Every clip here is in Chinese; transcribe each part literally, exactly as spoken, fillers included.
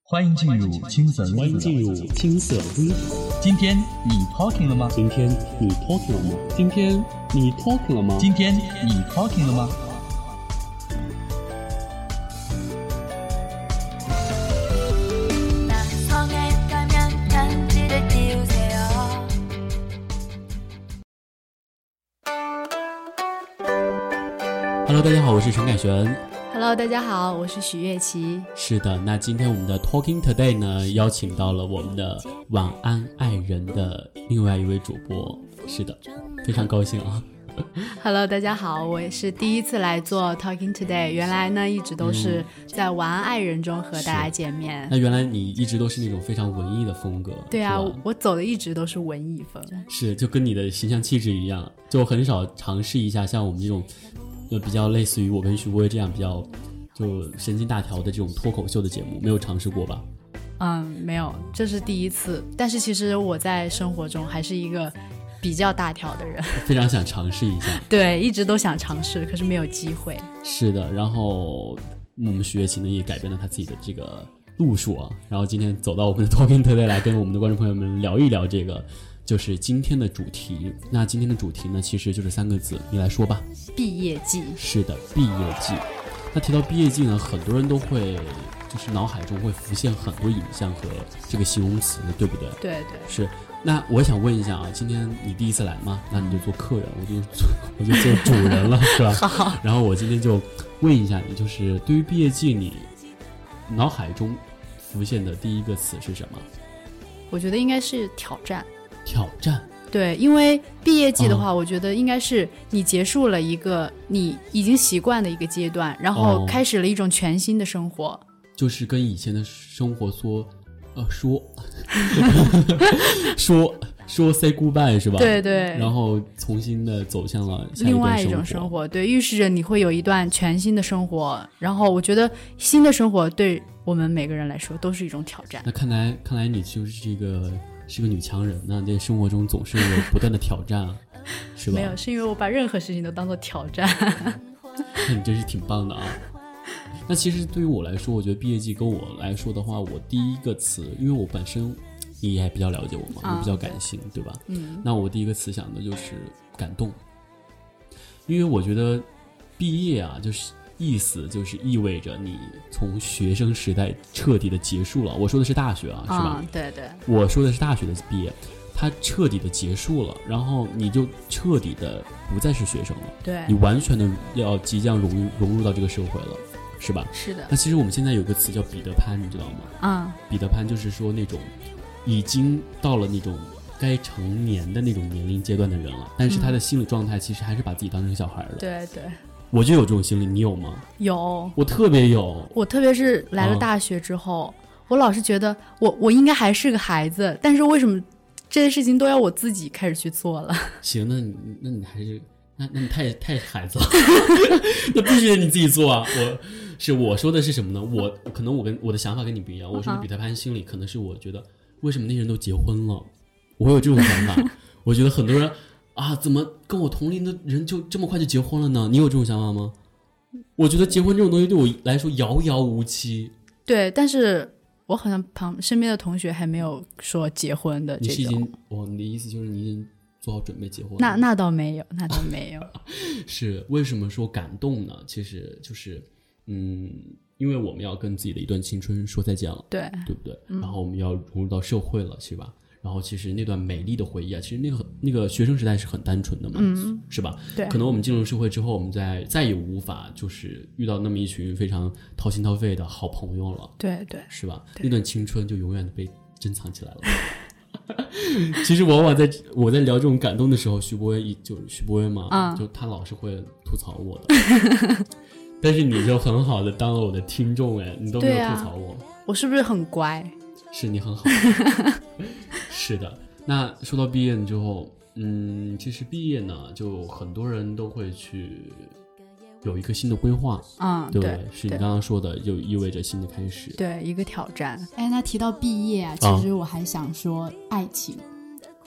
欢迎进入青涩欢迎进入青涩微博。 今天你 talking 了吗？ 今天你 talking 了吗？今天你 talking 了吗？ 今天你 talking 了吗 ？Hello， 大家好，我是陈凯旋。 Hello， 大家好，我是许月琪。 是的，那今天我们的 Talking Today 呢，邀请到了我们的晚安爱人的另外一位主播。是的，非常高兴啊。 Hello， 大家好，我也是第一次来做 Talking Today。原来呢，一直都是在晚安爱人中和大家见面。 那原来你一直都是那种非常文艺的风格。 对啊，我走的一直都是文艺风。 是，就跟你的形象气质一样，就很少尝试一下像我们这种。就比较类似于我跟徐博威这样比较就神经大条的这种脱口秀的节目，没有尝试过吧？ 嗯，没有，这是第一次。但是其实我在生活中还是一个比较大条的人， 非常想尝试一下。 对，一直都想尝试，可是没有机会。 是的，然后我们徐月琴呢也改变了他自己的这个路数啊，然后今天走到我们的 Talking Today 来跟我们的观众朋友们聊一聊这个。就是今天的主题，那今天的主题呢，其实就是三个字，你来说吧。 毕业季。是的，毕业季。那提到毕业季呢，很多人都会，就是脑海中会浮现很多影像和这个形容词，对不对？ 对对。 是。那我想问一下啊，今天你第一次来吗？那你就做客人，我就做，我就做主人了，是吧？ 好。 然后我今天就问一下你，就是对于毕业季，你脑海中浮现的第一个词是什么？ 我觉得应该是挑战。 挑战。 对，因为毕业季的话、哦、我觉得应该是你结束了一个你已经习惯的一个阶段，然后开始了一种全新的生活、哦、 就是跟以前的生活说呃说说说 say goodbye 是吧？ 对对， 然后重新的走向了下一另外一种生活，对，预示着你会有一段全新的生活。然后我觉得新的生活对我们每个人来说都是一种挑战。 那看来看来你就是这个是个女强人呢，在生活中总是有不断的挑战，是吧？ 没有，是因为我把任何事情都当做挑战。 那你真是挺棒的啊！那其实对于我来说，我觉得毕业季跟我来说的话，我第一个词，因为我本身你也比较了解我嘛，我比较感性，对吧？ 嗯。 那我第一个词想的就是感动，因为我觉得毕业啊，就是意思就是意味着你从学生时代彻底的结束了。我说的是大学啊，是吧？ 嗯，对对。 我说的是大学的毕业，它彻底的结束了，然后你就彻底的不再是学生了。 对。 你完全的要即将融入融入到这个社会了，是吧？ 是的。 那其实我们现在有个词叫彼得潘，你知道吗？ 嗯。 彼得潘就是说那种已经到了那种该成年的那种年龄阶段的人了，但是他的心理状态其实还是把自己当成小孩了。 嗯、对对。 我就有这种心理，你有吗？ 有， 我特别有。 我特别是来了大学之后，嗯、我老是觉得我我应该还是个孩子，但是为什么这些事情都要我自己开始去做了？ 行，那你那你还是那那你太太孩子了，那必须得你自己做啊！我是我说的是什么呢？我可能我跟我的想法跟你不一样。我说的彼得潘心理可能是我觉得为什么那些人都结婚了，我有这种想法。我觉得很多人。啊，怎么跟我同龄的人就这么快就结婚了呢？你有这种想法吗？我觉得结婚这种东西对我来说遥遥无期。 对，但是我好像旁身边的同学还没有说结婚的这种。 你是已经，哦，你的意思就是你已经做好准备结婚了？ 那那倒没有，那倒没有。 是为什么说感动呢？其实就是，嗯，因为我们要跟自己的一段青春说再见了， 对， 对不对？ 嗯、 然后我们要融入到社会了，是吧？然后其实那段美丽的回忆啊，其实那个那个学生时代是很单纯的嘛， 嗯， 是吧？ 对。 可能我们进入社会之后，我们再再也无法就是遇到那么一群非常掏心掏肺的好朋友了， 对对， 是吧？那段青春就永远的被珍藏起来了。其实往往在我在聊这种感动的时候，徐博威就徐博威嘛、嗯，就他老是会吐槽我的，但是你就很好的当了我的听众，哎，你都没有吐槽我， 啊、我是不是很乖？ 是你很好。是的，那说到毕业之后，嗯，其实毕业呢，就很多人都会去有一个新的规划， 嗯， 对不对？ 对， 是你刚刚说的，就意味着新的开始， 对，一个挑战。 哎，那提到毕业啊，其实我还想说爱情。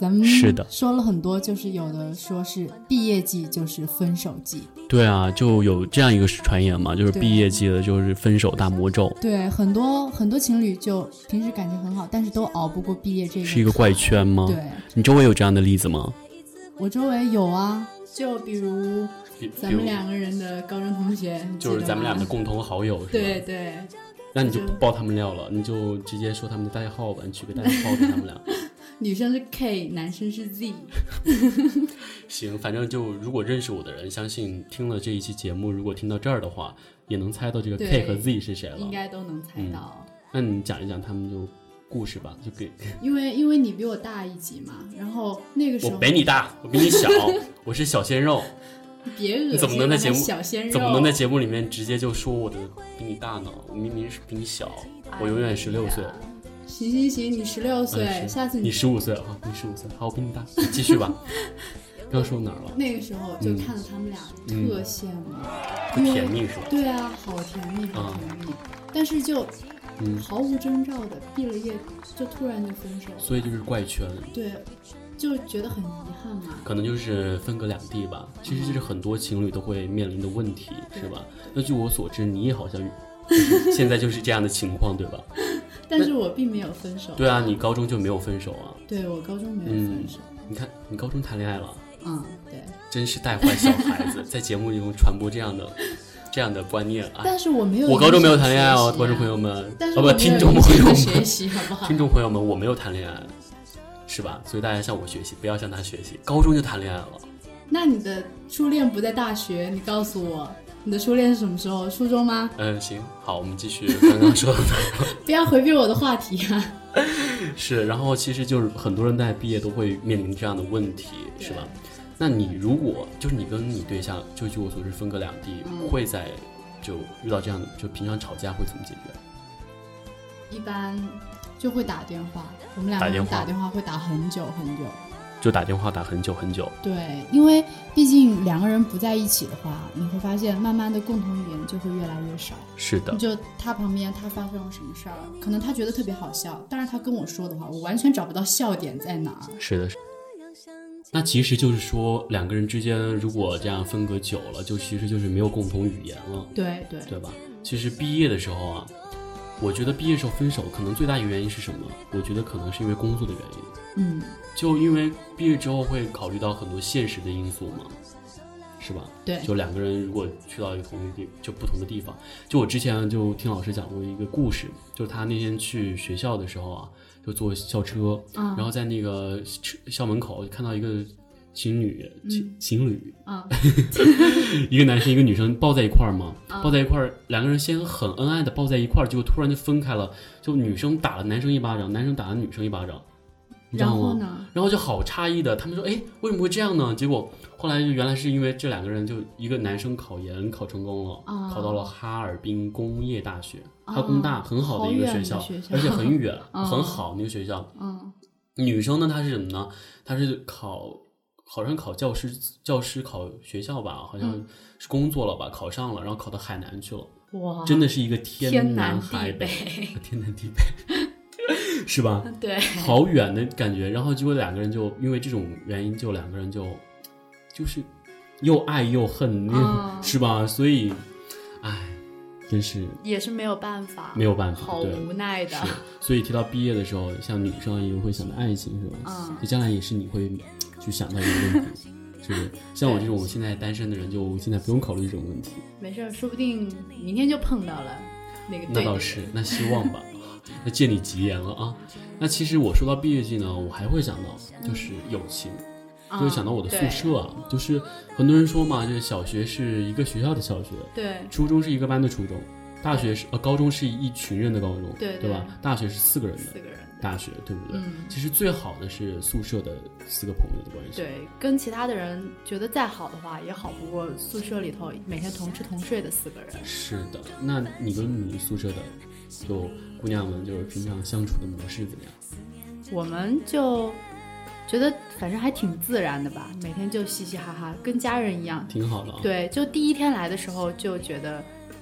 咱们是的说了很多，就是有的说是毕业季就是分手季。 对啊，就有这样一个传言嘛，就是毕业季的就是分手大魔咒。 对，很多很多情侣就平时感情很好，但是都熬不过毕业这个。 是一个怪圈吗？ 对， 你周围有这样的例子吗？ 我周围有啊，就比如比咱们两个人的高中同学， 就是咱们俩的共同好友，是吧？ 对对。 那你就不爆他们料了，你就直接说他们的代号吧，你取个代号给他们俩。 女生是 K， 男生是 Z。 行，反正就如果认识我的人，相信听了这一期节目，如果听到这儿的话，也能猜到这个 K 和 Z 是谁了， 应该都能猜到。 嗯、那你讲一讲他们就故事吧，就给。 因为因为你比我大一级嘛，然后那个时候我比你大，我比你小，我是小鲜肉。 别恶心了， 你怎么能在节目小鲜肉怎么能在节目里面直接就说我的比你大呢？我明明是比你小，我永远十六岁。 行行行，你十六岁， 嗯、 下次你十五岁啊，你十五岁，好，我比你大，你继续吧。刚说哪儿了？ 那个时候就看到他们俩、 嗯、 特羡慕， 嗯、甜蜜是吧？ 对啊，好甜蜜，好甜蜜。嗯、但是就、嗯、毫无征兆的毕了业，就突然就分手了。 所以就是怪圈。 对。就觉得很遗憾嘛， 可能就是分隔两地吧。其实这是很多情侣都会面临的问题，是吧？那据我所知，你也好像、就是、现在就是这样的情况，对吧？ 但是我并没有分手。 对啊，你高中就没有分手啊？ 对，我高中没有分手。 嗯、你看，你高中谈恋爱了？ 嗯，对。 真是带坏小孩子，在节目里中传播这样的这样的观念。 但是我没有， 我高中没有谈恋爱哦，观众朋友们， 哦不，听众朋友们， 学习好不好？ 听众朋友们，我没有谈恋爱。是吧？所以大家向我学习，不要向他学习。高中就谈恋爱了， 那你的初恋不在大学？你告诉我，你的初恋是什么时候？初中吗？ 嗯，行，好，我们继续刚刚说的。 不要回避我的话题啊。 是，然后其实就是很多人在毕业都会面临这样的问题，是吧？那你如果就是你跟你对象，就据我所知分隔两地，嗯、会在就遇到这样的，就平常吵架会怎么解决？ 一般。就会打电话，我们两个人打电话会打很久很久， 就打电话打很久很久。 对，因为毕竟两个人不在一起的话，你会发现慢慢的共同语言就会越来越少。 是的， 就他旁边他发生了什么事儿，可能他觉得特别好笑，但是他跟我说的话，我完全找不到笑点在哪儿。 是的，那其实就是说两个人之间如果这样分隔久了，就其实就是没有共同语言了。 对对， 对吧？其实毕业的时候啊。我觉得毕业时候分手可能最大一个原因是什么？我觉得可能是因为工作的原因。 嗯， 就因为毕业之后会考虑到很多现实的因素嘛，是吧？ 对。 就两个人如果去到一个同一个地，就不同的地方。就我之前就听老师讲过一个故事，就是他那天去学校的时候啊，就坐校车， 嗯、 然后在那个校门口看到一个情侣，情、嗯、情侣， 啊、 嗯，一个男生一个女生抱在一块儿嘛， 啊、 抱在一块儿，两个人先很恩爱的抱在一块儿，结果突然就分开了，就女生打了男生一巴掌，男生打了女生一巴掌，你知道吗？ 然后呢？ 然后就好诧异的，他们说，哎，为什么会这样呢？结果后来就原来是因为这两个人，就一个男生考研考成功了， 啊、 考到了哈尔滨工业大学，哈工大很好的一个学校， 啊、学校而且很远， 啊、 很好那个学校。 嗯， 女生呢，她是什么呢？她是考。好像考教师，教师考学校吧，好像是工作了吧，嗯、考上了，然后考到海南去了。 哇， 真的是一个天南海北， 天南地北，是吧？ 对， 好远的感觉。然后结果两个人就因为这种原因，就两个人就就是又爱又恨， 哦、 是吧？所以，哎，真是也是没有办法， 没有办法， 好无奈的。 是，所以提到毕业的时候，像女生也会想到爱情，是吧？ 嗯， 这将来也是你会去想到一个问题，是不是？像我这种现在单身的人，就现在不用考虑这种问题。 没事，说不定明天就碰到了那个对的人。 那倒是，那希望吧。那借你吉言了啊。那其实我说到毕业季呢，我还会想到就是友情，嗯、就是想到我的宿舍啊，嗯、就是很多人说嘛，就是小学是一个学校的小学， 对， 初中是一个班的初中，大学是呃高中是一群人的高中， 对对, 对吧？大学是四个人的， 四个人大学，对不对？ 嗯， 其实最好的是宿舍的四个朋友的关系。 对，跟其他的人觉得再好的话，也好不过宿舍里头每天同吃同睡的四个人。 是的，那你跟你宿舍的就姑娘们，就是平常相处的模式怎么样？ 我们就觉得反正还挺自然的吧，每天就嘻嘻哈哈，跟家人一样， 挺好的啊。 对，就第一天来的时候就觉得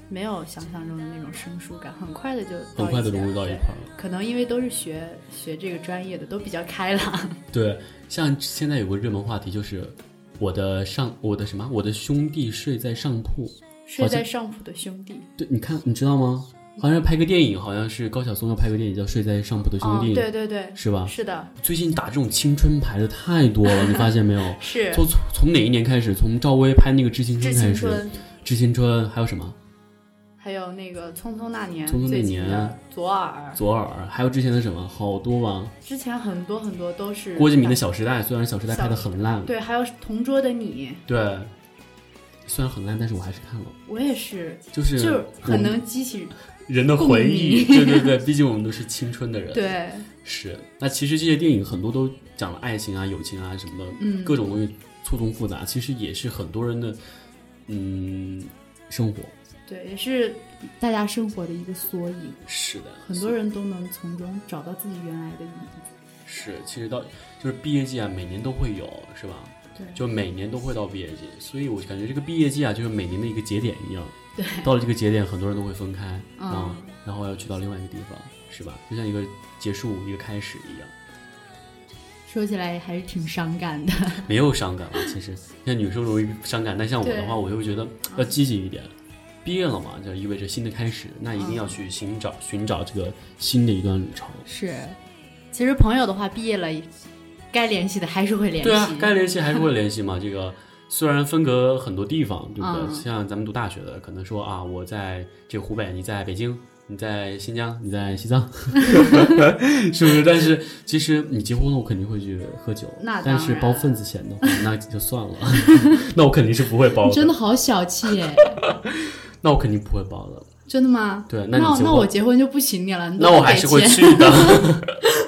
没有想象中的那种生疏感，很快的就很快的融入到一块儿。 可能因为都是学学这个专业的，都比较开朗。 对，像现在有个热门话题就是我的上我的什么我的兄弟睡在上铺， 睡在上铺的兄弟。 对，你看你知道吗？好像拍个电影，好像是高晓松要拍个电影叫《睡在上铺的兄弟》， 哦，对对对， 是吧？ 是的。 最近打这种青春牌的太多了，你发现没有？ 是。 从从哪一年开始？从赵薇拍那个《致青春》开始，《致青春》还有什么？ 还有那个《匆匆那年》， 匆匆那年， 左耳， 左耳，还有之前的什么，好多吧？ 之前很多很多都是郭敬明的《小时代》，虽然《小时代》拍的很烂， 对，还有《同桌的你》， 对，虽然很烂，但是我还是看了。 我也是， 就是就是很能激起人的回忆，对对对，毕竟我们都是青春的人， 对， 是。那其实这些电影很多都讲了爱情啊、友情啊什么的， 嗯， 各种东西错综复杂，其实也是很多人的嗯生活。 对，也是大家生活的一个缩影。 是的， 很多人都能从中找到自己原来的影子。 是，其实到就是毕业季啊，每年都会有，是吧？ 对， 就每年都会到毕业季，所以我感觉这个毕业季啊，就是每年的一个节点一样。 对， 到了这个节点，很多人都会分开， 嗯、 然后然后要去到另外一个地方，是吧？就像一个结束，一个开始一样。 说起来还是挺伤感的。 没有伤感了，其实像女生容易伤感，但像我的话，我就会觉得要积极一点。毕业了嘛，就意味着新的开始，那一定要去寻找、嗯、寻找这个新的一段旅程。 是，其实朋友的话，毕业了，该联系的还是会联系。 对啊，该联系还是会联系嘛。这个虽然分隔很多地方，对不对？嗯、像咱们读大学的，可能说啊，我在这个湖北，你在北京。你在新疆，你在西藏，是不是？但是其实你结婚了，我肯定会去喝酒。 那但是包份子钱的话，那就算了。那我肯定是不会包的。 真的好小气耶！ 那我肯定不会包的。 真的吗？ 对，那你那那我结婚就不请你了。你那我还是会去的。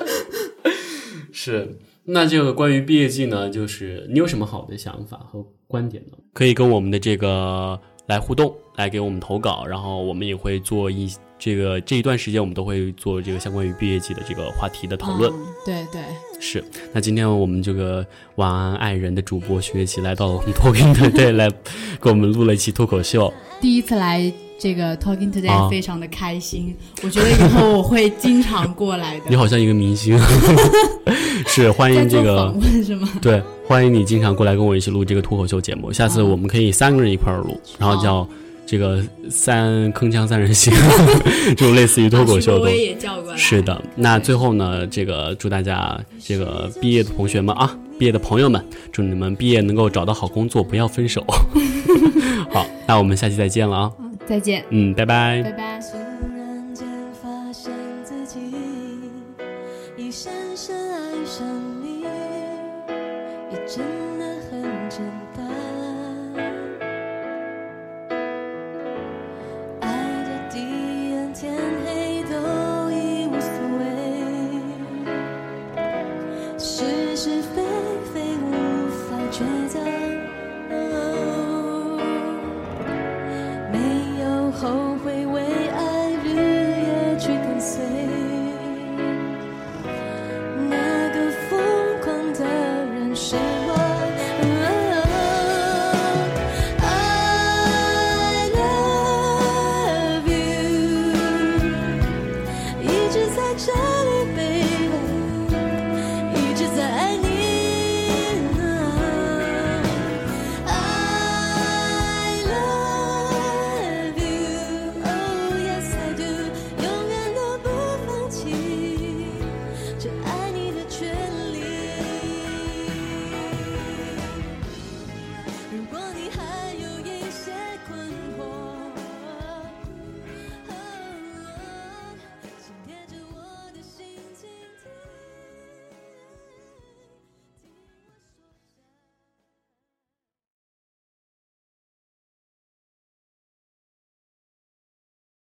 是，那这个关于毕业季呢，就是你有什么好的想法和观点呢？可以跟我们的这个来互动，来给我们投稿，然后我们也会做一。这个这一段时间我们都会做这个相关于毕业季的这个话题的讨论、 嗯、对对是。那今天我们这个晚安爱人的主播徐月琪来到了我们 Talking Today 来给我们录了一期脱口秀， 第一次来这个 Talking Today、啊、非常的开心，我觉得以后我会经常过来的。 你好像一个明星。是，欢迎这个访问是吗？ 对，欢迎你经常过来跟我一起录这个脱口秀节目，下次我们可以三个人一块录、啊、然后叫这个三铿锵三人行，这种类似于脱口秀的。 我也叫过来。 是的，那最后呢，这个祝大家这个毕业的同学们啊，毕业的朋友们，祝你们毕业能够找到好工作，不要分手。好，那我们下期再见了啊！ 嗯、再见。 嗯，拜拜。 拜拜。 突然间发现自己已深深爱上你，也真的很简单。天黑都已无所谓，是是非非无法抉择、哦、没有后悔，为爱绿叶去跟随那个疯狂的人是我、哦这里 baby 一直在爱你、啊、I love you Oh yes I do 永远都不放弃